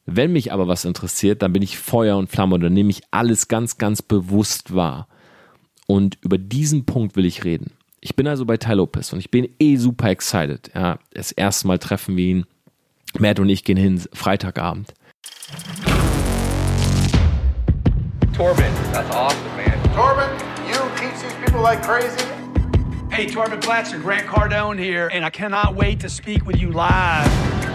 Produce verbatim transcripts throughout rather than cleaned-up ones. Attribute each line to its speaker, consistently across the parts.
Speaker 1: Wenn mich aber was interessiert, dann bin ich Feuer und Flamme und dann nehme ich alles ganz, ganz bewusst wahr. Und über diesen Punkt will ich reden. Ich bin also bei Tai Lopez und ich bin eh super excited. Ja, das erste Mal treffen wir ihn. Matt und ich gehen hin, Freitagabend.
Speaker 2: Torben, that's awesome, man.
Speaker 3: Torben, you teach these people like crazy?
Speaker 4: Hey, Torben Blatcher, Grant Cardone here, and I cannot wait to speak with you live.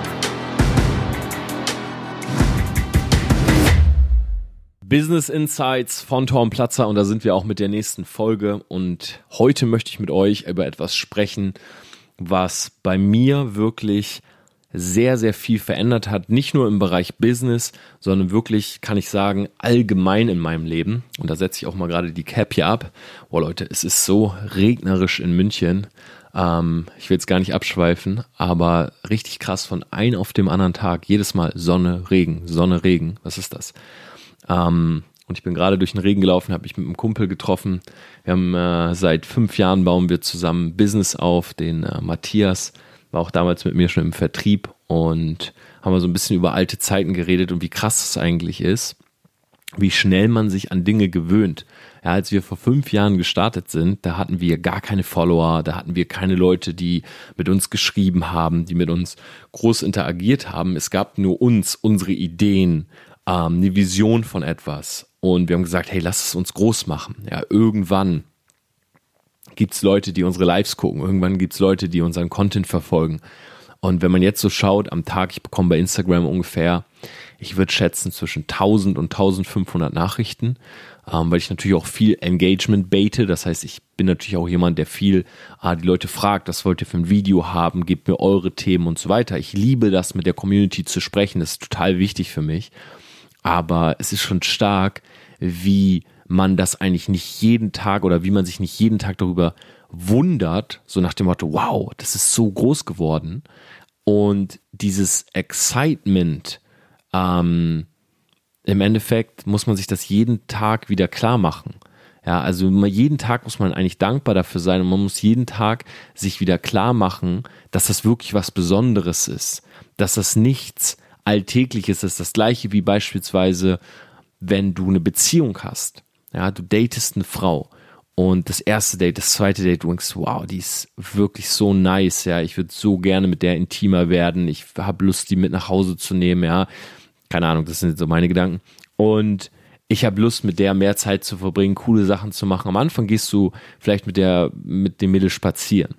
Speaker 1: Business Insights von Torben Platzer und da sind wir auch mit der nächsten Folge und heute möchte ich mit euch über etwas sprechen, was bei mir wirklich sehr, sehr viel verändert hat, nicht nur im Bereich Business, sondern wirklich, kann ich sagen, allgemein in meinem Leben. Und da setze ich auch mal gerade die Cap hier ab. Boah Leute, es ist so regnerisch in München. Ähm, ich will jetzt gar nicht abschweifen, aber richtig krass von einem auf dem anderen Tag, jedes Mal Sonne, Regen, Sonne, Regen. Was ist das? Ähm, und ich bin gerade durch den Regen gelaufen, habe mich mit einem Kumpel getroffen. Wir haben äh, seit fünf Jahren bauen wir zusammen Business auf, den äh, Matthias war auch damals mit mir schon im Vertrieb und haben wir so ein bisschen über alte Zeiten geredet und wie krass es eigentlich ist, wie schnell man sich an Dinge gewöhnt. Ja, als wir vor fünf Jahren gestartet sind, da hatten wir gar keine Follower, da hatten wir keine Leute, die mit uns geschrieben haben, die mit uns groß interagiert haben. Es gab nur uns, unsere Ideen, ähm, eine Vision von etwas und wir haben gesagt, hey, lass es uns groß machen. Ja, irgendwann gibt es Leute, die unsere Lives gucken. Irgendwann gibt es Leute, die unseren Content verfolgen. Und wenn man jetzt so schaut, am Tag, ich bekomme bei Instagram ungefähr, ich würde schätzen, zwischen tausend und eintausendfünfhundert Nachrichten, ähm, weil ich natürlich auch viel Engagement baite. Das heißt, ich bin natürlich auch jemand, der viel äh, die Leute fragt, was wollt ihr für ein Video haben, gebt mir eure Themen und so weiter. Ich liebe das, mit der Community zu sprechen. Das ist total wichtig für mich. Aber es ist schon stark, wie man das eigentlich nicht jeden Tag oder wie man sich nicht jeden Tag darüber wundert, so nach dem Motto, wow, das ist so groß geworden. Und dieses Excitement, ähm, im Endeffekt muss man sich das jeden Tag wieder klar machen. Ja, also jeden Tag muss man eigentlich dankbar dafür sein und man muss jeden Tag sich wieder klar machen, dass das wirklich was Besonderes ist, dass das nichts Alltägliches ist, das gleiche wie beispielsweise, wenn du eine Beziehung hast. Ja, du datest eine Frau und das erste Date, das zweite Date, du denkst, wow, die ist wirklich so nice, ja, ich würde so gerne mit der intimer werden, ich habe Lust, die mit nach Hause zu nehmen, ja, keine Ahnung, das sind so meine Gedanken und ich habe Lust, mit der mehr Zeit zu verbringen, coole Sachen zu machen. Am Anfang gehst du vielleicht mit der, mit dem Mädel spazieren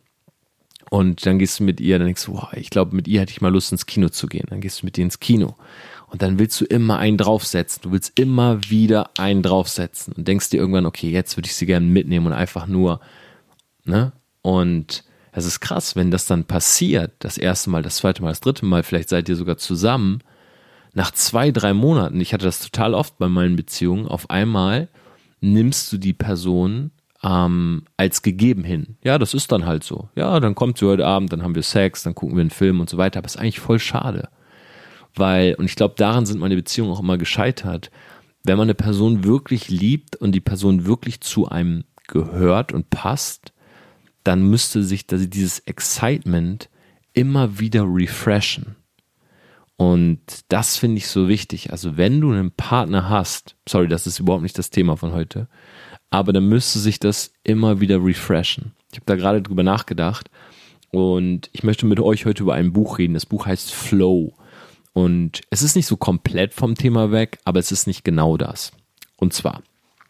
Speaker 1: und dann gehst du mit ihr, dann denkst du, wow, ich glaube, mit ihr hätte ich mal Lust, ins Kino zu gehen, dann gehst du mit ihr ins Kino. Und dann willst du immer einen draufsetzen. Du willst immer wieder einen draufsetzen und denkst dir irgendwann, okay, jetzt würde ich sie gerne mitnehmen und einfach nur, ne? Und es ist krass, wenn das dann passiert, das erste Mal, das zweite Mal, das dritte Mal, vielleicht seid ihr sogar zusammen, nach zwei, drei Monaten, ich hatte das total oft bei meinen Beziehungen, auf einmal nimmst du die Person ähm, als gegeben hin. Ja, das ist dann halt so. Ja, dann kommt sie heute Abend, dann haben wir Sex, dann gucken wir einen Film und so weiter, aber es ist eigentlich voll schade. Weil, und ich glaube, daran sind meine Beziehungen auch immer gescheitert, wenn man eine Person wirklich liebt und die Person wirklich zu einem gehört und passt, dann müsste sich dieses Excitement immer wieder refreshen. Und das finde ich so wichtig. Also wenn du einen Partner hast, sorry, das ist überhaupt nicht das Thema von heute, aber dann müsste sich das immer wieder refreshen. Ich habe da gerade drüber nachgedacht und ich möchte mit euch heute über ein Buch reden. Das Buch heißt Flow. Und es ist nicht so komplett vom Thema weg, aber es ist nicht genau das. Und zwar,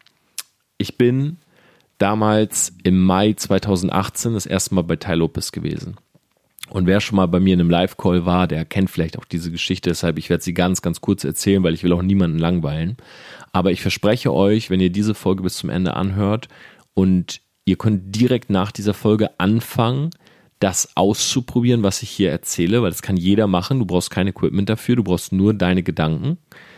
Speaker 1: ich bin damals im Mai zweitausendachtzehn das erste Mal bei Tai Lopez gewesen. Und wer schon mal bei mir in einem Live-Call war, der kennt vielleicht auch diese Geschichte, deshalb ich werde sie ganz, ganz kurz erzählen, weil ich will auch niemanden langweilen. Aber ich verspreche euch, wenn ihr diese Folge bis zum Ende anhört und ihr könnt direkt nach dieser Folge anfangen, das auszuprobieren, was ich hier erzähle, weil das kann jeder machen, du brauchst kein Equipment dafür, du brauchst nur deine Gedanken,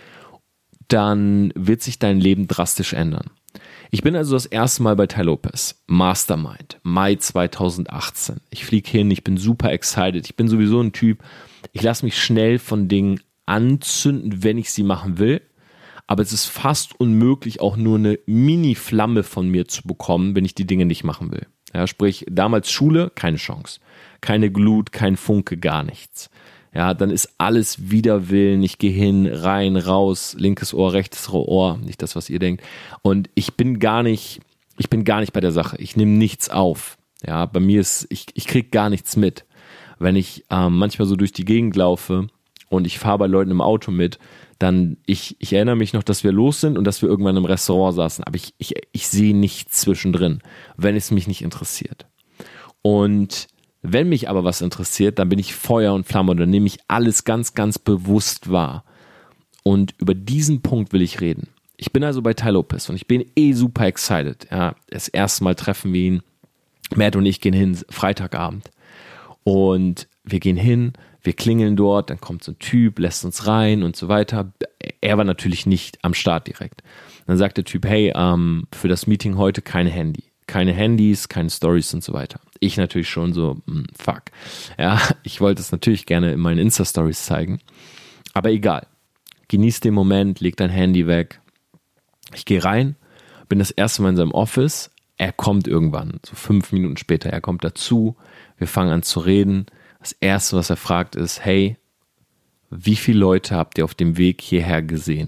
Speaker 1: dann wird sich dein Leben drastisch ändern. Ich bin also das erste Mal bei Tai Lopez, Mastermind, Mai zweitausendachtzehn. Ich fliege hin, ich bin super excited, ich bin sowieso ein Typ, ich lasse mich schnell von Dingen anzünden, wenn ich sie machen will, aber es ist fast unmöglich, auch nur eine Mini-Flamme von mir zu bekommen, wenn ich die Dinge nicht machen will. Ja, sprich, damals Schule, keine Chance. Keine Glut, kein Funke, gar nichts. ja, dann ist alles wider Willen. Ich gehe hin, rein, raus, linkes Ohr, rechtes Ohr, nicht das, was ihr denkt. Und ich bin gar nicht, ich bin gar nicht bei der Sache. Ich nehme nichts auf. Ja, bei mir ist, ich, ich krieg gar nichts mit. Wenn ich ähm, manchmal so durch die Gegend laufe und ich fahre bei Leuten im Auto mit, dann, ich, ich erinnere mich noch, dass wir los sind und dass wir irgendwann im Restaurant saßen, aber ich, ich, ich sehe nichts zwischendrin, wenn es mich nicht interessiert. Und wenn mich aber was interessiert, dann bin ich Feuer und Flamme und dann nehme ich alles ganz, ganz bewusst wahr. Und über diesen Punkt will ich reden. Ich bin also bei Tai Lopez und ich bin eh super excited. Ja, das erste Mal treffen wir ihn. Matt und ich gehen hin, Freitagabend. Und wir gehen hin, wir klingeln dort, dann kommt so ein Typ, lässt uns rein und so weiter. Er war natürlich nicht am Start direkt. Dann sagt der Typ, hey, ähm, für das Meeting heute kein Handy. Keine Handys, keine Stories und so weiter. Ich natürlich schon so, mh, fuck. Ja, ich wollte es natürlich gerne in meinen Insta-Stories zeigen. Aber egal. Genieß den Moment, leg dein Handy weg. Ich gehe rein, bin das erste Mal in seinem Office. Er kommt irgendwann, so fünf Minuten später, er kommt dazu, wir fangen an zu reden. Das Erste, was er fragt, ist, hey, wie viele Leute habt ihr auf dem Weg hierher gesehen?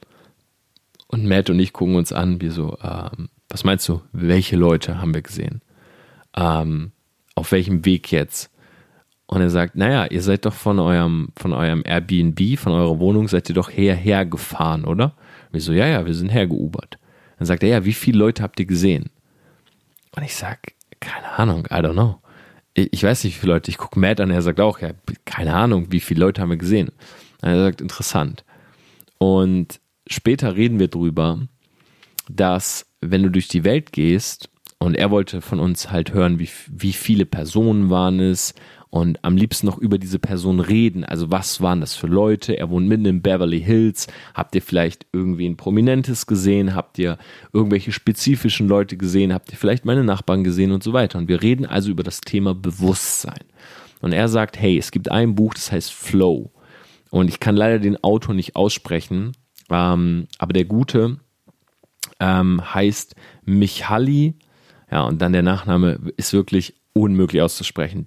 Speaker 1: Und Matt und ich gucken uns an, wie so, ähm, was meinst du, welche Leute haben wir gesehen? Ähm, auf welchem Weg jetzt? Und er sagt, naja, ihr seid doch von eurem, von eurem Airbnb, von eurer Wohnung, seid ihr doch hierher gefahren, oder? Und wir so, ja, ja, wir sind hergeubert. Dann sagt er, ja, wie viele Leute habt ihr gesehen? Und ich sag, keine Ahnung, I don't know. Ich weiß nicht, wie viele Leute, ich gucke Matt an, er sagt auch, ja, keine Ahnung, wie viele Leute haben wir gesehen. Und er sagt, interessant. Und später reden wir drüber, dass wenn du durch die Welt gehst, und er wollte von uns halt hören, wie, wie viele Personen waren es und am liebsten noch über diese Person reden. Also was waren das für Leute? Er wohnt mitten in Beverly Hills. Habt ihr vielleicht irgendwie ein Prominentes gesehen? Habt ihr irgendwelche spezifischen Leute gesehen? Habt ihr vielleicht meine Nachbarn gesehen und so weiter? Und wir reden also über das Thema Bewusstsein. Und er sagt, hey, es gibt ein Buch, das heißt Flow. Und ich kann leider den Autor nicht aussprechen, ähm, aber der Gute ähm, heißt Mihaly. Ja, und dann der Nachname ist wirklich unmöglich auszusprechen.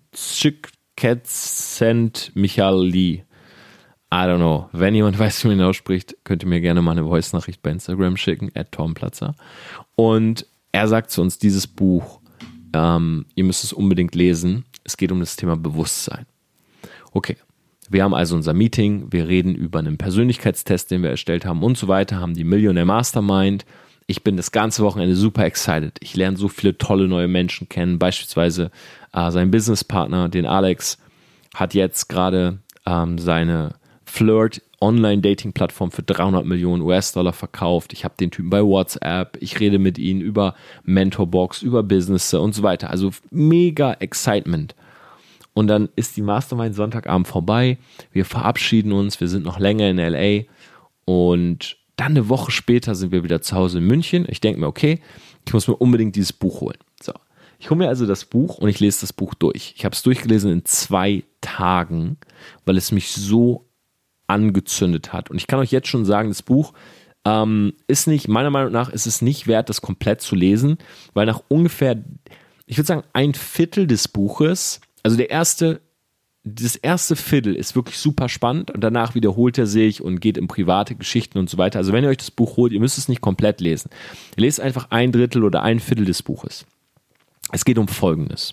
Speaker 1: Csikszentmihalyi. I don't know. Wenn jemand weiß, wie man ihn ausspricht, könnt ihr mir gerne mal eine Voice-Nachricht bei Instagram schicken, at tomplatzer. Und er sagt zu uns, dieses Buch, ähm, ihr müsst es unbedingt lesen. Es geht um das Thema Bewusstsein. Okay, wir haben also unser Meeting, wir reden über einen Persönlichkeitstest, den wir erstellt haben und so weiter, haben die Millionaire Mastermind. Ich bin das ganze Wochenende super excited. Ich lerne so viele tolle neue Menschen kennen. Beispielsweise äh, sein Businesspartner, den Alex, hat jetzt gerade ähm, seine Flirt-Online-Dating-Plattform für dreihundert Millionen U S-Dollar verkauft. Ich habe den Typen bei WhatsApp. Ich rede mit ihnen über Mentorbox, über Business und so weiter. Also mega Excitement. Und dann ist die Mastermind Sonntagabend vorbei. Wir verabschieden uns. Wir sind noch länger in L A. Und dann eine Woche später sind wir wieder zu Hause in München. Ich denke mir, okay, ich muss mir unbedingt dieses Buch holen. So, ich hole mir also das Buch und ich lese das Buch durch. Ich habe es durchgelesen in zwei Tagen, weil es mich so angezündet hat. Und ich kann euch jetzt schon sagen, das Buch ähm, ist nicht, meiner Meinung nach ist es nicht wert, das komplett zu lesen, weil nach ungefähr, ich würde sagen, ein Viertel des Buches, also der erste Das erste Viertel ist wirklich super spannend und danach wiederholt er sich und geht in private Geschichten und so weiter. Also wenn ihr euch das Buch holt, ihr müsst es nicht komplett lesen. Ihr lest einfach ein Drittel oder ein Viertel des Buches. Es geht um Folgendes.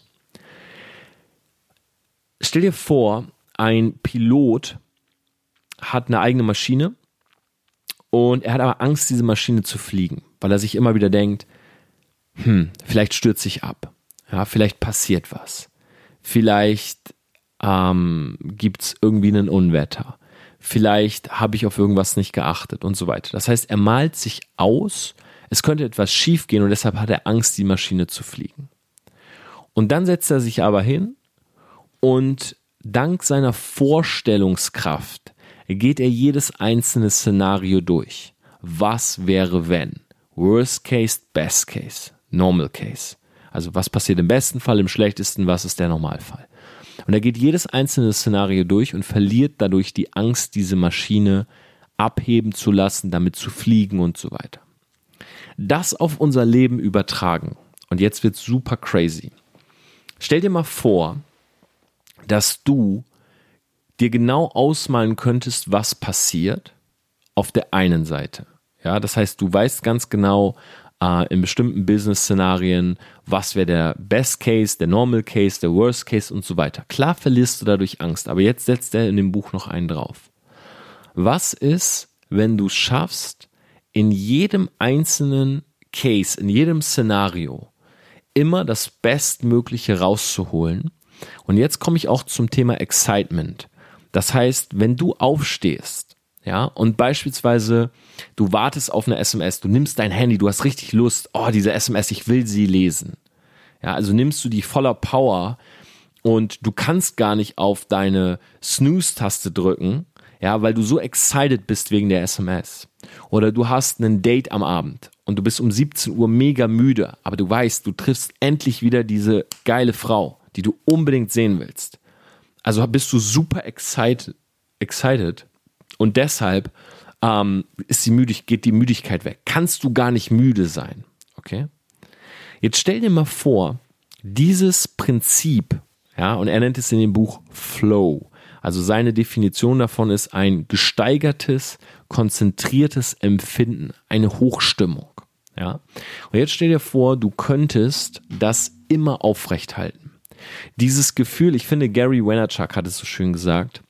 Speaker 1: Stell dir vor, ein Pilot hat eine eigene Maschine und er hat aber Angst, diese Maschine zu fliegen, weil er sich immer wieder denkt, hm, vielleicht stürze ich ab. Ja, vielleicht passiert was. Vielleicht Ähm, gibt es irgendwie einen Unwetter. Vielleicht habe ich auf irgendwas nicht geachtet und so weiter. Das heißt, er malt sich aus, es könnte etwas schief gehen und deshalb hat er Angst, die Maschine zu fliegen. Und dann setzt er sich aber hin und dank seiner Vorstellungskraft geht er jedes einzelne Szenario durch. Was wäre wenn? Worst case, best case, normal case. Also was passiert im besten Fall, im schlechtesten, was ist der Normalfall? Und er geht jedes einzelne Szenario durch und verliert dadurch die Angst, diese Maschine abheben zu lassen, damit zu fliegen und so weiter. Das auf unser Leben übertragen. Und jetzt wird's super crazy. Stell dir mal vor, dass du dir genau ausmalen könntest, was passiert auf der einen Seite. Ja, das heißt, du weißt ganz genau äh, in bestimmten Business-Szenarien, was wäre der Best Case, der Normal Case, der Worst Case und so weiter. Klar verlierst du dadurch Angst, aber jetzt setzt er in dem Buch noch einen drauf. Was ist, wenn du es schaffst, in jedem einzelnen Case, in jedem Szenario immer das Bestmögliche rauszuholen? Und jetzt komme ich auch zum Thema Excitement. Das heißt, wenn du aufstehst, ja, und beispielsweise du wartest auf eine S M S, du nimmst dein Handy, du hast richtig Lust, oh, diese S M S, ich will sie lesen. Ja, also nimmst du die voller Power und du kannst gar nicht auf deine Snooze-Taste drücken, ja, weil du so excited bist wegen der S M S. Oder du hast ein Date am Abend und du bist um siebzehn Uhr mega müde, aber du weißt, du triffst endlich wieder diese geile Frau, die du unbedingt sehen willst. Also bist du super excited, excited und deshalb ähm, ist die Müdigkeit, geht die Müdigkeit weg. Kannst du gar nicht müde sein, okay? Jetzt stell dir mal vor, dieses Prinzip, ja, und er nennt es in dem Buch Flow. Also seine Definition davon ist ein gesteigertes, konzentriertes Empfinden, eine Hochstimmung. Ja? Und jetzt stell dir vor, du könntest das immer aufrechthalten. Dieses Gefühl, ich finde, Gary Vaynerchuk hat es so schön gesagt,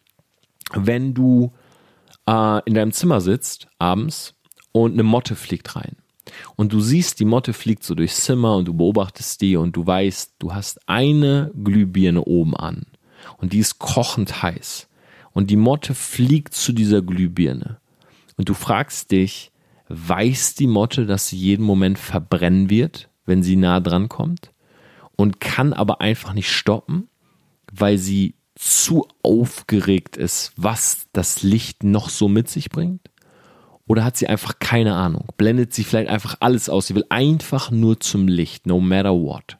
Speaker 1: wenn du äh, in deinem Zimmer sitzt abends und eine Motte fliegt rein und du siehst, die Motte fliegt so durchs Zimmer und du beobachtest die und du weißt, du hast eine Glühbirne oben an. Und die ist kochend heiß. Und die Motte fliegt zu dieser Glühbirne. Und du fragst dich, weiß die Motte, dass sie jeden Moment verbrennen wird, wenn sie nah dran kommt? Und kann aber einfach nicht stoppen, weil sie zu aufgeregt ist, was das Licht noch so mit sich bringt? Oder hat sie einfach keine Ahnung? Blendet sie vielleicht einfach alles aus? Sie will einfach nur zum Licht, no matter what.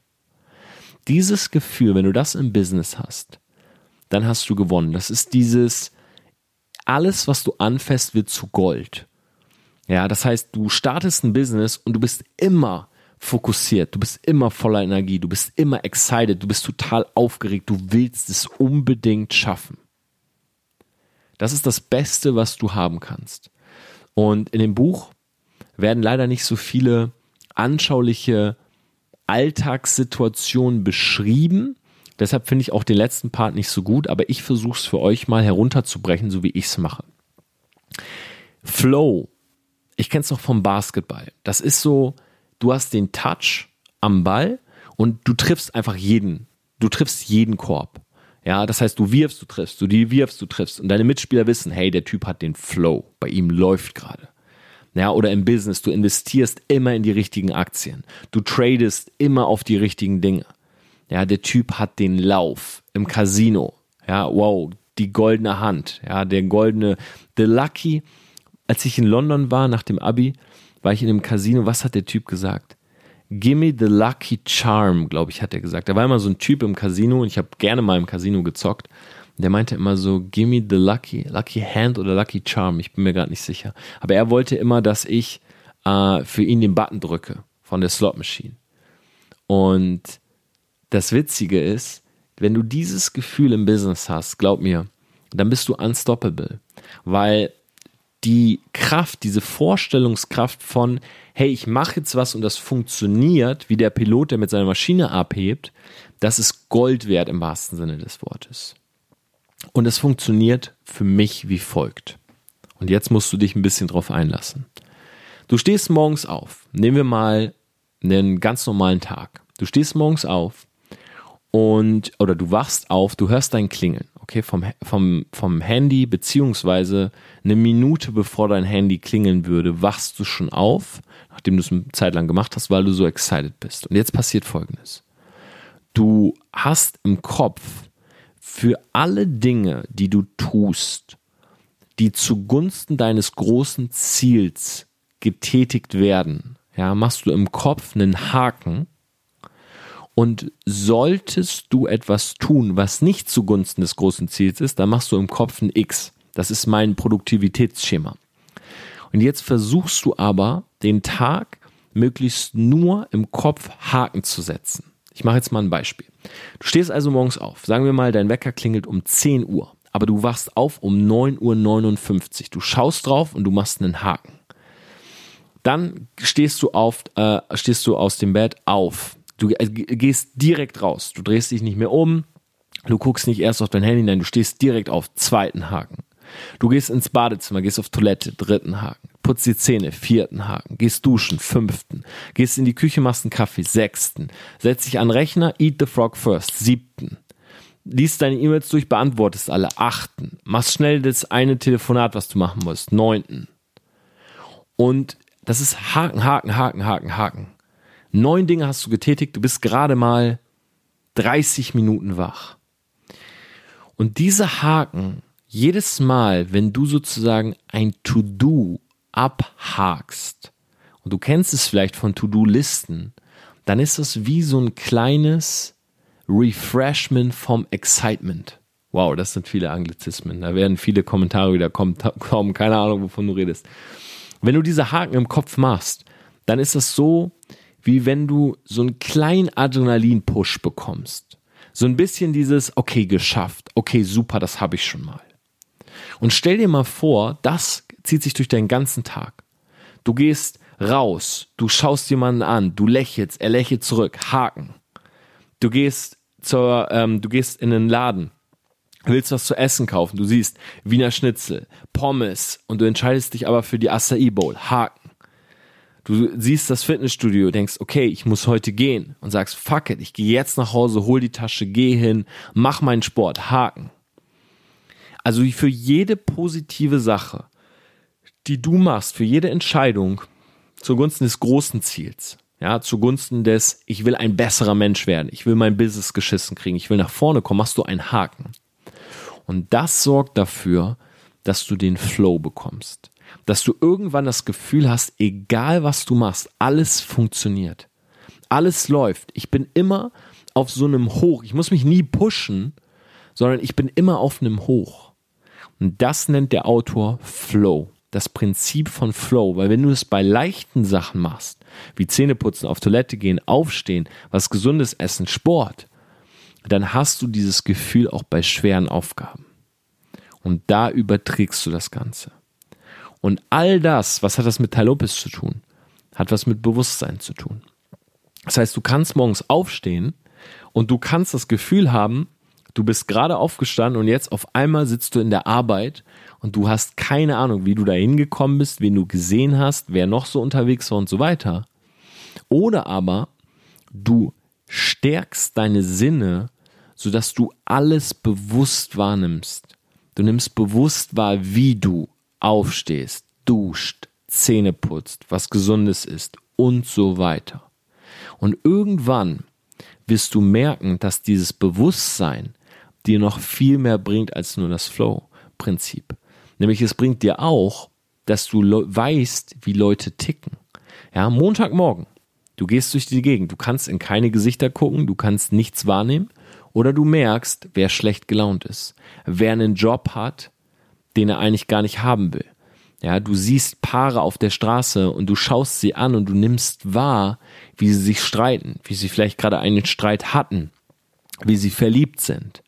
Speaker 1: Dieses Gefühl, wenn du das im Business hast, dann hast du gewonnen. Das ist dieses, alles, was du anfasst, wird zu Gold. Ja, das heißt, du startest ein Business und du bist immer fokussiert, du bist immer voller Energie, du bist immer excited, du bist total aufgeregt, du willst es unbedingt schaffen. Das ist das Beste, was du haben kannst. Und in dem Buch werden leider nicht so viele anschauliche Alltagssituationen beschrieben. Deshalb finde ich auch den letzten Part nicht so gut, aber ich versuche es für euch mal herunterzubrechen, so wie ich es mache. Flow, ich kenne es noch vom Basketball. Das ist so, du hast den Touch am Ball und du triffst einfach jeden. Du triffst jeden Korb. Ja, das heißt, du wirfst, du triffst, du die wirfst, du triffst und deine Mitspieler wissen, hey, der Typ hat den Flow, bei ihm läuft gerade. Ja, oder im Business, du investierst immer in die richtigen Aktien. Du tradest immer auf die richtigen Dinge. Ja, der Typ hat den Lauf im Casino. Ja, wow, die goldene Hand. Ja, der goldene, the lucky. Als ich in London war, nach dem Abi, war ich in einem Casino. Was hat der Typ gesagt? Gimme the lucky charm, glaube ich, hat er gesagt. Da war immer so ein Typ im Casino und ich habe gerne mal im Casino gezockt. Der meinte immer so, gimme the lucky, lucky hand oder lucky charm. Ich bin mir gerade nicht sicher. Aber er wollte immer, dass ich äh, für ihn den Button drücke von der Slot Machine. Und das Witzige ist, wenn du dieses Gefühl im Business hast, glaub mir, dann bist du unstoppable. Weil die Kraft, diese Vorstellungskraft von, hey, ich mache jetzt was und das funktioniert, wie der Pilot, der mit seiner Maschine abhebt, das ist Gold wert im wahrsten Sinne des Wortes. Und es funktioniert für mich wie folgt. Und jetzt musst du dich ein bisschen drauf einlassen. Du stehst morgens auf. Nehmen wir mal einen ganz normalen Tag. Du stehst morgens auf und, oder du wachst auf, du hörst dein Klingeln, okay, vom, vom, vom Handy, beziehungsweise eine Minute bevor dein Handy klingeln würde, wachst du schon auf, nachdem du es eine Zeit lang gemacht hast, weil du so excited bist. Und jetzt passiert Folgendes. Du hast im Kopf für alle Dinge, die du tust, die zugunsten deines großen Ziels getätigt werden, ja, machst du im Kopf einen Haken. Und solltest du etwas tun, was nicht zugunsten des großen Ziels ist, dann machst du im Kopf ein X. Das ist mein Produktivitätsschema. Und jetzt versuchst du aber, den Tag möglichst nur im Kopf Haken zu setzen. Ich mache jetzt mal ein Beispiel. Du stehst also morgens auf. Sagen wir mal, dein Wecker klingelt um zehn Uhr. aber du wachst auf um neun Uhr neunundfünfzig. Du schaust drauf und du machst einen Haken. Dann stehst du auf, äh, stehst du aus dem Bett auf. Du äh, gehst direkt raus. Du drehst dich nicht mehr um. Du guckst nicht erst auf dein Handy, nein, du stehst direkt auf. Zweiten Haken. Du gehst ins Badezimmer, gehst auf Toilette, dritten Haken. Putzt die Zähne, vierten Haken. Gehst duschen, fünften. Gehst in die Küche, machst einen Kaffee, sechsten. Setzt dich an den Rechner, eat the frog first, siebten. Liest deine E-Mails durch, beantwortest alle, achten. Machst schnell das eine Telefonat, was du machen musst, neunten. Und das ist Haken, Haken, Haken, Haken, Haken. Neun Dinge hast du getätigt, du bist gerade mal dreißig Minuten wach. Und diese Haken, jedes Mal, wenn du sozusagen ein To-Do abhakst, und du kennst es vielleicht von To-Do-Listen, dann ist das wie so ein kleines Refreshment vom Excitement. Wow, das sind viele Anglizismen. Da werden viele Kommentare wieder kommen, kommen, keine Ahnung, wovon du redest. Wenn du diese Haken im Kopf machst, dann ist das so, wie wenn du so einen kleinen Adrenalin-Push bekommst. So ein bisschen dieses, okay, geschafft, okay, super, das habe ich schon mal. Und stell dir mal vor, das zieht sich durch deinen ganzen Tag. Du gehst raus, du schaust jemanden an, du lächelst, er lächelt zurück, Haken. Du gehst zur, ähm, du gehst in einen Laden, willst was zu essen kaufen, du siehst Wiener Schnitzel, Pommes und du entscheidest dich aber für die Acai Bowl, Haken. Du siehst das Fitnessstudio, denkst, okay, ich muss heute gehen und sagst, fuck it, ich gehe jetzt nach Hause, hol die Tasche, geh hin, mach meinen Sport, Haken. Also für jede positive Sache, die du machst, für jede Entscheidung zugunsten des großen Ziels, ja, zugunsten des, ich will ein besserer Mensch werden, ich will mein Business geschissen kriegen, ich will nach vorne kommen, machst du einen Haken. Und das sorgt dafür, dass du den Flow bekommst. Dass du irgendwann das Gefühl hast, egal was du machst, alles funktioniert. Alles läuft. Ich bin immer auf so einem Hoch. Ich muss mich nie pushen, sondern ich bin immer auf einem Hoch. Und das nennt der Autor Flow. Das Prinzip von Flow. Weil wenn du es bei leichten Sachen machst, wie Zähneputzen, auf Toilette gehen, aufstehen, was Gesundes essen, Sport, dann hast du dieses Gefühl auch bei schweren Aufgaben. Und da überträgst du das Ganze. Und all das, was hat das mit Tai Lopez zu tun? Hat was mit Bewusstsein zu tun. Das heißt, du kannst morgens aufstehen und du kannst das Gefühl haben, du bist gerade aufgestanden und jetzt auf einmal sitzt du in der Arbeit und du hast keine Ahnung, wie du da hingekommen bist, wen du gesehen hast, wer noch so unterwegs war und so weiter. Oder aber du stärkst deine Sinne, sodass du alles bewusst wahrnimmst. Du nimmst bewusst wahr, wie du aufstehst, duscht, Zähne putzt, was Gesundes isst und so weiter. Und irgendwann wirst du merken, dass dieses Bewusstsein dir noch viel mehr bringt als nur das Flow-Prinzip. Nämlich es bringt dir auch, dass du le- weißt, wie Leute ticken. Ja, Montagmorgen, du gehst durch die Gegend, du kannst in keine Gesichter gucken, du kannst nichts wahrnehmen oder du merkst, wer schlecht gelaunt ist, wer einen Job hat, den er eigentlich gar nicht haben will. Ja, du siehst Paare auf der Straße und du schaust sie an und du nimmst wahr, wie sie sich streiten, wie sie vielleicht gerade einen Streit hatten, wie sie verliebt sind.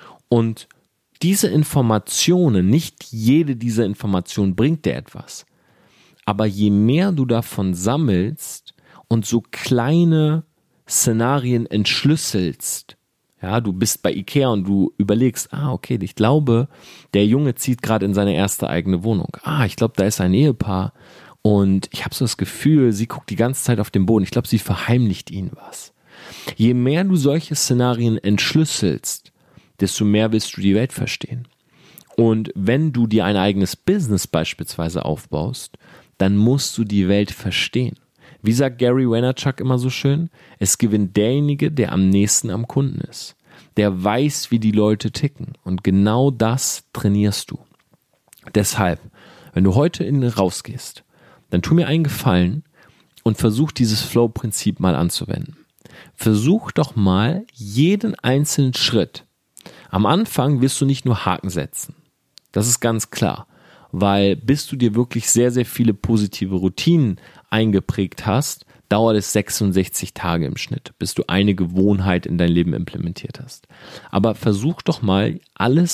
Speaker 1: Und diese Informationen, nicht jede dieser Informationen bringt dir etwas. Aber je mehr du davon sammelst und so kleine Szenarien entschlüsselst, ja, du bist bei Ikea und du überlegst, ah, okay, ich glaube, der Junge zieht gerade in seine erste eigene Wohnung. Ah, ich glaube, da ist ein Ehepaar und ich habe so das Gefühl, sie guckt die ganze Zeit auf den Boden. Ich glaube, sie verheimlicht ihnen was. Je mehr du solche Szenarien entschlüsselst, desto mehr willst du die Welt verstehen. Und wenn du dir ein eigenes Business beispielsweise aufbaust, dann musst du die Welt verstehen. Wie sagt Gary Vaynerchuk immer so schön? Es gewinnt derjenige, der am nächsten am Kunden ist. Der weiß, wie die Leute ticken. Und genau das trainierst du. Deshalb, wenn du heute in rausgehst, dann tu mir einen Gefallen und versuch dieses Flow-Prinzip mal anzuwenden. Versuch doch mal jeden einzelnen Schritt. Am Anfang wirst du nicht nur Haken setzen. Das ist ganz klar. Weil bis du dir wirklich sehr, sehr viele positive Routinen eingeprägt hast, dauert es sechsundsechzig Tage im Schnitt, bis du eine Gewohnheit in dein Leben implementiert hast. Aber versuch doch mal, alles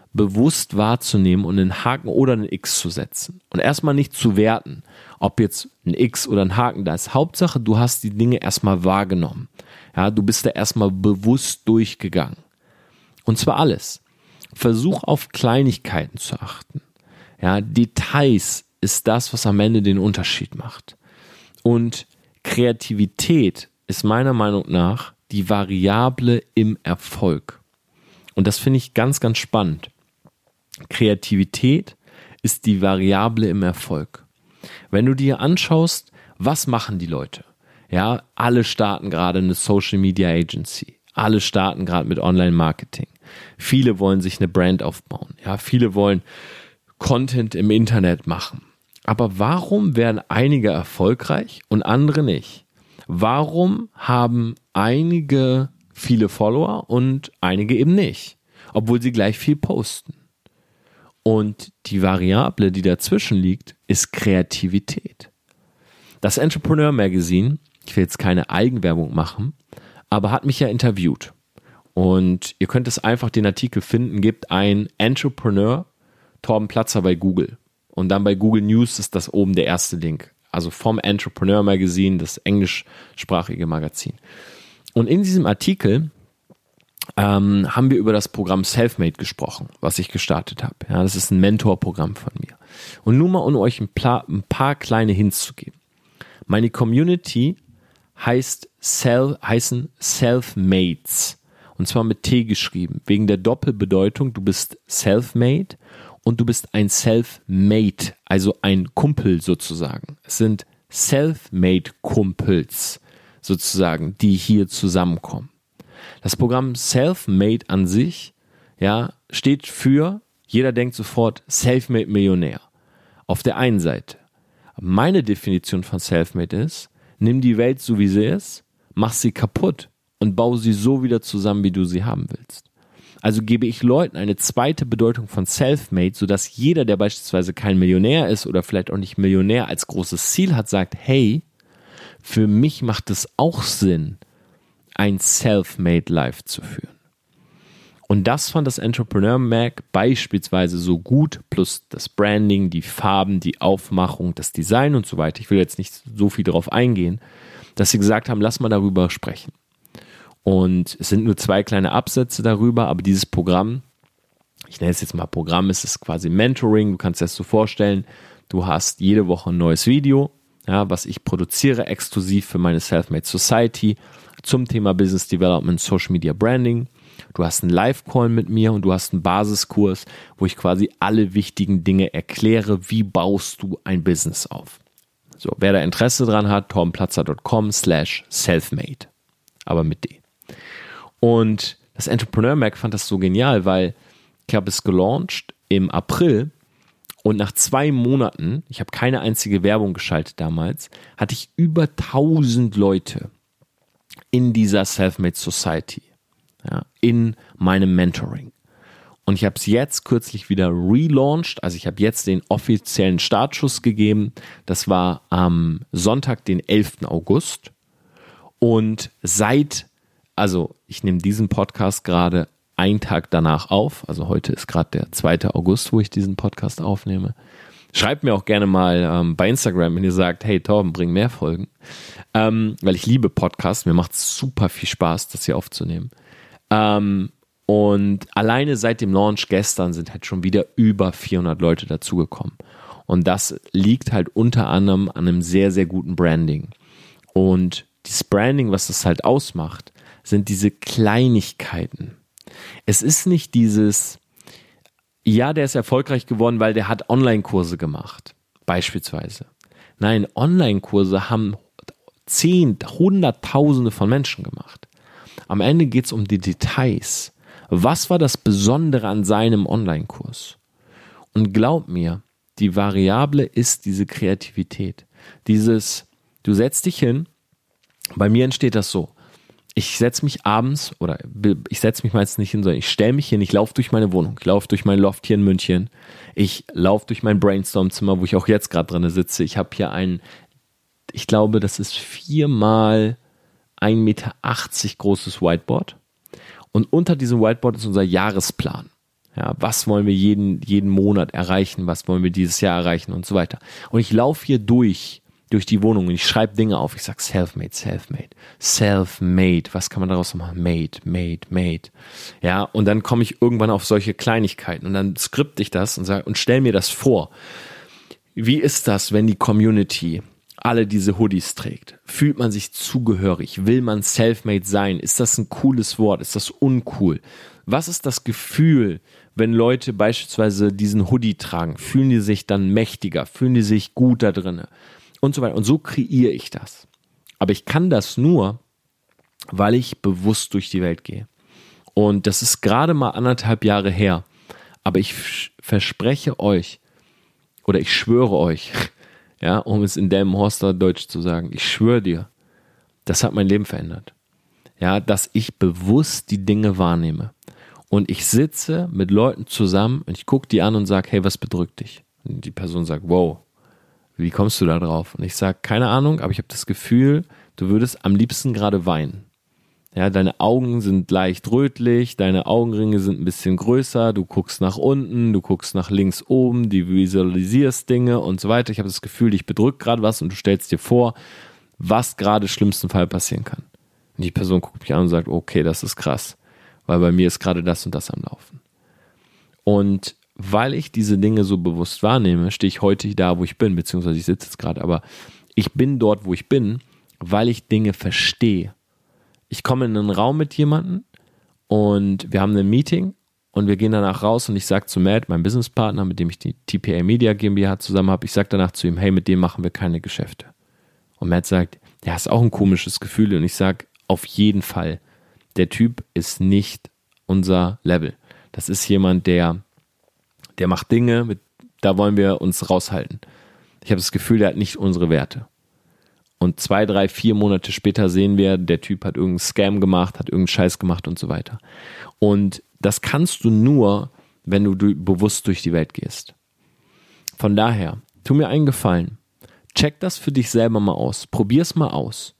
Speaker 1: bewusst wahrzunehmen und einen Haken oder einen X zu setzen. Und erstmal nicht zu werten, ob jetzt ein X oder ein Haken da ist. Hauptsache, du hast die Dinge erstmal wahrgenommen. Ja, du bist da erstmal bewusst durchgegangen. Und zwar alles. Versuch auf Kleinigkeiten zu achten. Ja, Details ist das, was am Ende den Unterschied macht. Und Kreativität ist meiner Meinung nach die Variable im Erfolg. Und das finde ich ganz, ganz spannend. Kreativität ist die Variable im Erfolg. Wenn du dir anschaust, was machen die Leute? Ja, alle starten gerade eine Social Media Agency. Alle starten gerade mit Online-Marketing. Viele wollen sich eine Brand aufbauen. Ja, viele wollen Content im Internet machen. Aber warum werden einige erfolgreich und andere nicht? Warum haben einige viele Follower und einige eben nicht? Obwohl sie gleich viel posten. Und die Variable, die dazwischen liegt, ist Kreativität. Das Entrepreneur Magazine, ich will jetzt keine Eigenwerbung machen, aber hat mich ja interviewt. Und ihr könnt es einfach den Artikel finden, gebt ein Entrepreneur Torben Platzer bei Google. Und dann bei Google News ist das oben der erste Link. Also vom Entrepreneur Magazine, das englischsprachige Magazin. Und in diesem Artikel ähm, haben wir über das Programm Selfmade gesprochen, was ich gestartet habe. Ja, das ist ein Mentorprogramm von mir. Und nur mal, um euch ein paar, ein paar kleine Hints zu geben. Meine Community heißt Self, heißen Selfmates. Und zwar mit T geschrieben, wegen der Doppelbedeutung, du bist self-made und du bist ein Self-made, also ein Kumpel sozusagen. Es sind Self-made-Kumpels sozusagen, die hier zusammenkommen. Das Programm Self-made an sich, ja, steht für, jeder denkt sofort, Self-made-Millionär. Auf der einen Seite. Meine Definition von Self-made ist, nimm die Welt so wie sie ist, mach sie kaputt und baue sie so wieder zusammen, wie du sie haben willst. Also gebe ich Leuten eine zweite Bedeutung von Self-made, sodass jeder, der beispielsweise kein Millionär ist oder vielleicht auch nicht Millionär als großes Ziel hat, sagt, hey, für mich macht es auch Sinn, ein Self-made Life zu führen. Und das fand das Entrepreneur Mag beispielsweise so gut, plus das Branding, die Farben, die Aufmachung, das Design und so weiter. Ich will jetzt nicht so viel darauf eingehen, dass sie gesagt haben, lass mal darüber sprechen. Und es sind nur zwei kleine Absätze darüber, aber dieses Programm, ich nenne es jetzt mal Programm, es ist quasi Mentoring, du kannst dir das so vorstellen, du hast jede Woche ein neues Video, ja, was ich produziere, exklusiv für meine Selfmade Society zum Thema Business Development, Social Media Branding. Du hast einen Live-Call mit mir und du hast einen Basiskurs, wo ich quasi alle wichtigen Dinge erkläre, wie baust du ein Business auf. So, wer da Interesse dran hat, torbenplatzer punkt com slash selfmade, aber mit D. Und das Entrepreneur Mag fand das so genial, weil ich habe es gelauncht im April und nach zwei Monaten, ich habe keine einzige Werbung geschaltet damals, hatte ich über tausend Leute in dieser Selfmade Society, ja, in meinem Mentoring. Und ich habe es jetzt kürzlich wieder relaunched, also ich habe jetzt den offiziellen Startschuss gegeben. Das war am Sonntag, den elften August. Und seit Also ich nehme diesen Podcast gerade einen Tag danach auf. Also heute ist gerade der zweite August, wo ich diesen Podcast aufnehme. Schreibt mir auch gerne mal ähm, bei Instagram, wenn ihr sagt, hey Torben, bring mehr Folgen. Ähm, weil ich liebe Podcasts. Mir macht es super viel Spaß, das hier aufzunehmen. Ähm, und alleine seit dem Launch gestern sind halt schon wieder über vierhundert Leute dazugekommen. Und das liegt halt unter anderem an einem sehr, sehr guten Branding. Und dieses Branding, was das halt ausmacht, sind diese Kleinigkeiten. Es ist nicht dieses, ja, der ist erfolgreich geworden, weil der hat Online-Kurse gemacht, beispielsweise. Nein, Online-Kurse haben zehn, hunderttausende von Menschen gemacht. Am Ende geht es um die Details. Was war das Besondere an seinem Online-Kurs? Und glaub mir, die Variable ist diese Kreativität. Dieses, du setzt dich hin, bei mir entsteht das so. Ich setze mich abends, oder ich setze mich meistens nicht hin, sondern ich stelle mich hin, ich laufe durch meine Wohnung, ich laufe durch mein Loft hier in München, ich laufe durch mein Brainstorm-Zimmer, wo ich auch jetzt gerade drin sitze. Ich habe hier ein, ich glaube, das ist viermal ein Meter achtzig großes Whiteboard und unter diesem Whiteboard ist unser Jahresplan. Ja, was wollen wir jeden, jeden Monat erreichen? Was wollen wir dieses Jahr erreichen und so weiter? Und ich laufe hier durch, durch die Wohnung und ich schreibe Dinge auf. Ich sage self-made, self-made, self-made. Was kann man daraus machen? Made, made, made. Ja, und dann komme ich irgendwann auf solche Kleinigkeiten und dann skripte ich das und sage und stell mir das vor. Wie ist das, wenn die Community alle diese Hoodies trägt? Fühlt man sich zugehörig? Will man self-made sein? Ist das ein cooles Wort? Ist das uncool? Was ist das Gefühl, wenn Leute beispielsweise diesen Hoodie tragen? Fühlen die sich dann mächtiger? Fühlen die sich gut da drin? Und so weiter. Und so kreiere ich das. Aber ich kann das nur, weil ich bewusst durch die Welt gehe. Und das ist gerade mal anderthalb Jahre her. Aber ich verspreche euch, oder ich schwöre euch, ja, um es in Delmenhorster Deutsch zu sagen, ich schwöre dir, das hat mein Leben verändert. Ja, dass ich bewusst die Dinge wahrnehme. Und ich sitze mit Leuten zusammen und ich gucke die an und sage, hey, was bedrückt dich? Und die Person sagt, wow, wie kommst du da drauf? Und ich sage, keine Ahnung, aber ich habe das Gefühl, du würdest am liebsten gerade weinen. Ja, deine Augen sind leicht rötlich, deine Augenringe sind ein bisschen größer, du guckst nach unten, du guckst nach links oben, du visualisierst Dinge und so weiter. Ich habe das Gefühl, dich bedrückt gerade was und du stellst dir vor, was gerade schlimmsten Fall passieren kann. Und die Person guckt mich an und sagt, okay, das ist krass, weil bei mir ist gerade das und das am Laufen. Und weil ich diese Dinge so bewusst wahrnehme, stehe ich heute da, wo ich bin, beziehungsweise ich sitze jetzt gerade, aber ich bin dort, wo ich bin, weil ich Dinge verstehe. Ich komme in einen Raum mit jemandem und wir haben ein Meeting und wir gehen danach raus und ich sage zu Matt, meinem Businesspartner, mit dem ich die T P A Media GmbH zusammen habe, ich sage danach zu ihm, hey, mit dem machen wir keine Geschäfte. Und Matt sagt, ja, ist auch ein komisches Gefühl und ich sage, auf jeden Fall, der Typ ist nicht unser Level. Das ist jemand, der, der macht Dinge, mit, da wollen wir uns raushalten. Ich habe das Gefühl, der hat nicht unsere Werte. Und zwei, drei, vier Monate später sehen wir, der Typ hat irgendeinen Scam gemacht, hat irgendeinen Scheiß gemacht und so weiter. Und das kannst du nur, wenn du bewusst durch die Welt gehst. Von daher, tu mir einen Gefallen. Check das für dich selber mal aus. Probier's mal aus.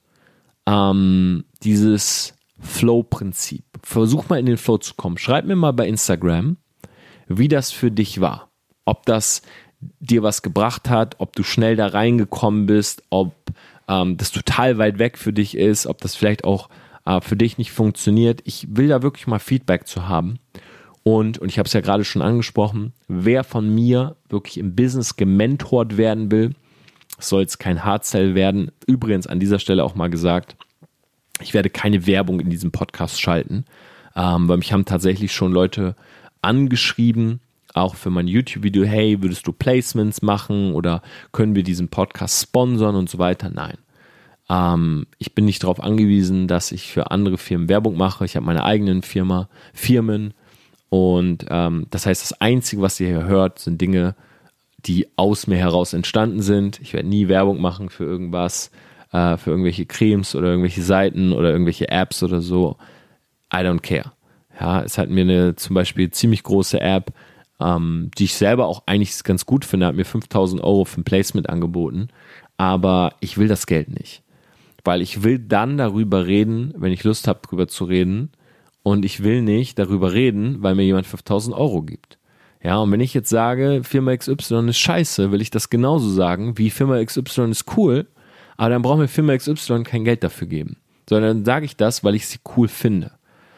Speaker 1: Ähm, dieses Flow-Prinzip. Versuch mal in den Flow zu kommen. Schreib mir mal bei Instagram, wie das für dich war. Ob das dir was gebracht hat, ob du schnell da reingekommen bist, ob ähm, das total weit weg für dich ist, ob das vielleicht auch äh, für dich nicht funktioniert. Ich will da wirklich mal Feedback zu haben. Und, und ich habe es ja gerade schon angesprochen, wer von mir wirklich im Business gementort werden will, soll es kein Hardsell werden. Übrigens an dieser Stelle auch mal gesagt, ich werde keine Werbung in diesem Podcast schalten, ähm, weil mich haben tatsächlich schon Leute angeschrieben, auch für mein YouTube-Video, hey, würdest du Placements machen oder können wir diesen Podcast sponsern und so weiter? Nein. Ähm, ich bin nicht darauf angewiesen, dass ich für andere Firmen Werbung mache. Ich habe meine eigenen Firma, Firmen und ähm, das heißt, das Einzige, was ihr hier hört, sind Dinge, die aus mir heraus entstanden sind. Ich werde nie Werbung machen für irgendwas, äh, für irgendwelche Cremes oder irgendwelche Seiten oder irgendwelche Apps oder so. I don't care. Ja, es hat mir eine zum Beispiel ziemlich große App, ähm, die ich selber auch eigentlich ganz gut finde, hat mir fünftausend Euro für ein Placement angeboten, aber ich will das Geld nicht, weil ich will dann darüber reden, wenn ich Lust habe, darüber zu reden, und ich will nicht darüber reden, weil mir jemand fünftausend Euro gibt. Ja, und wenn ich jetzt sage, Firma X Y ist scheiße, will ich das genauso sagen, wie Firma X Y ist cool, aber dann braucht mir Firma X Y kein Geld dafür geben, sondern dann sage ich das, weil ich sie cool finde.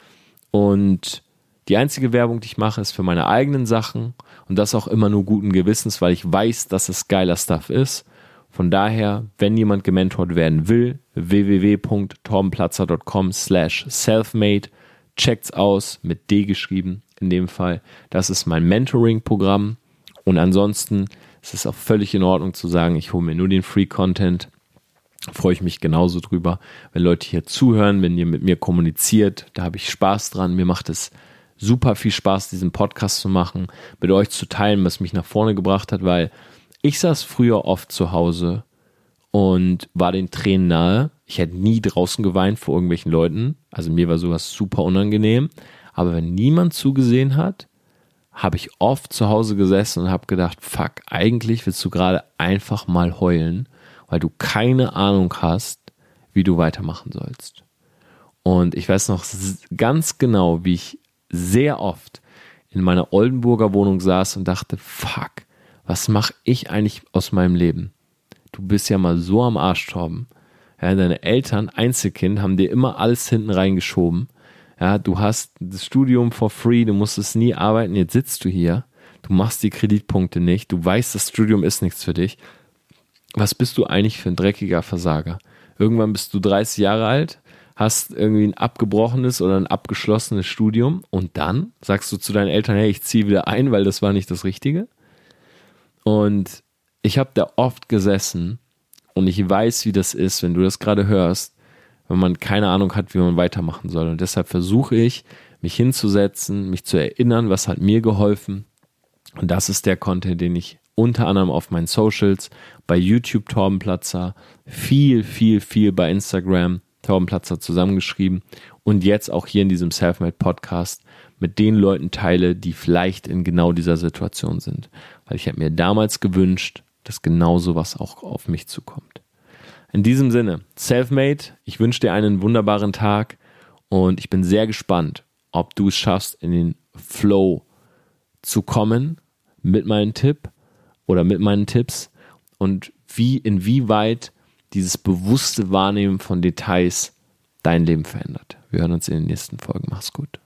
Speaker 1: Und die einzige Werbung, die ich mache, ist für meine eigenen Sachen und das auch immer nur guten Gewissens, weil ich weiß, dass es geiler Stuff ist. Von daher, wenn jemand gementort werden will, w w w punkt torbenplatzer punkt com slash selfmade, checkt's aus, mit D geschrieben in dem Fall. Das ist mein Mentoring-Programm und ansonsten ist es auch völlig in Ordnung zu sagen, ich hole mir nur den Free-Content. Freue ich mich genauso drüber, wenn Leute hier zuhören, wenn ihr mit mir kommuniziert, da habe ich Spaß dran. Mir macht es super viel Spaß, diesen Podcast zu machen, mit euch zu teilen, was mich nach vorne gebracht hat, weil ich saß früher oft zu Hause und war den Tränen nahe. Ich hätte nie draußen geweint vor irgendwelchen Leuten, also mir war sowas super unangenehm, aber wenn niemand zugesehen hat, habe ich oft zu Hause gesessen und habe gedacht, fuck, eigentlich willst du gerade einfach mal heulen, weil du keine Ahnung hast, wie du weitermachen sollst. Und ich weiß noch ganz genau, wie ich sehr oft in meiner Oldenburger Wohnung saß und dachte, fuck, was mache ich eigentlich aus meinem Leben? Du bist ja mal so am Arsch, Torben. Ja, deine Eltern, Einzelkind, haben dir immer alles hinten reingeschoben. Ja, du hast das Studium for free, du musstest nie arbeiten, jetzt sitzt du hier, du machst die Kreditpunkte nicht, du weißt, das Studium ist nichts für dich. Was bist du eigentlich für ein dreckiger Versager? Irgendwann bist du dreißig Jahre alt, hast irgendwie ein abgebrochenes oder ein abgeschlossenes Studium und dann sagst du zu deinen Eltern, hey, ich ziehe wieder ein, weil das war nicht das Richtige. Und ich habe da oft gesessen und ich weiß, wie das ist, wenn du das gerade hörst, wenn man keine Ahnung hat, wie man weitermachen soll. Und deshalb versuche ich, mich hinzusetzen, mich zu erinnern, was hat mir geholfen. Und das ist der Content, den ich unter anderem auf meinen Socials, bei YouTube Torben Platzer, viel, viel, viel bei Instagram Torben Platzer zusammengeschrieben und jetzt auch hier in diesem Selfmade Podcast mit den Leuten teile, die vielleicht in genau dieser Situation sind. Weil ich habe mir damals gewünscht, dass genau sowas auch auf mich zukommt. In diesem Sinne, Selfmade, ich wünsche dir einen wunderbaren Tag und ich bin sehr gespannt, ob du es schaffst, in den Flow zu kommen mit meinem Tipp oder mit meinen Tipps und wie, inwieweit dieses bewusste Wahrnehmen von Details dein Leben verändert. Wir hören uns in den nächsten Folgen. Mach's gut.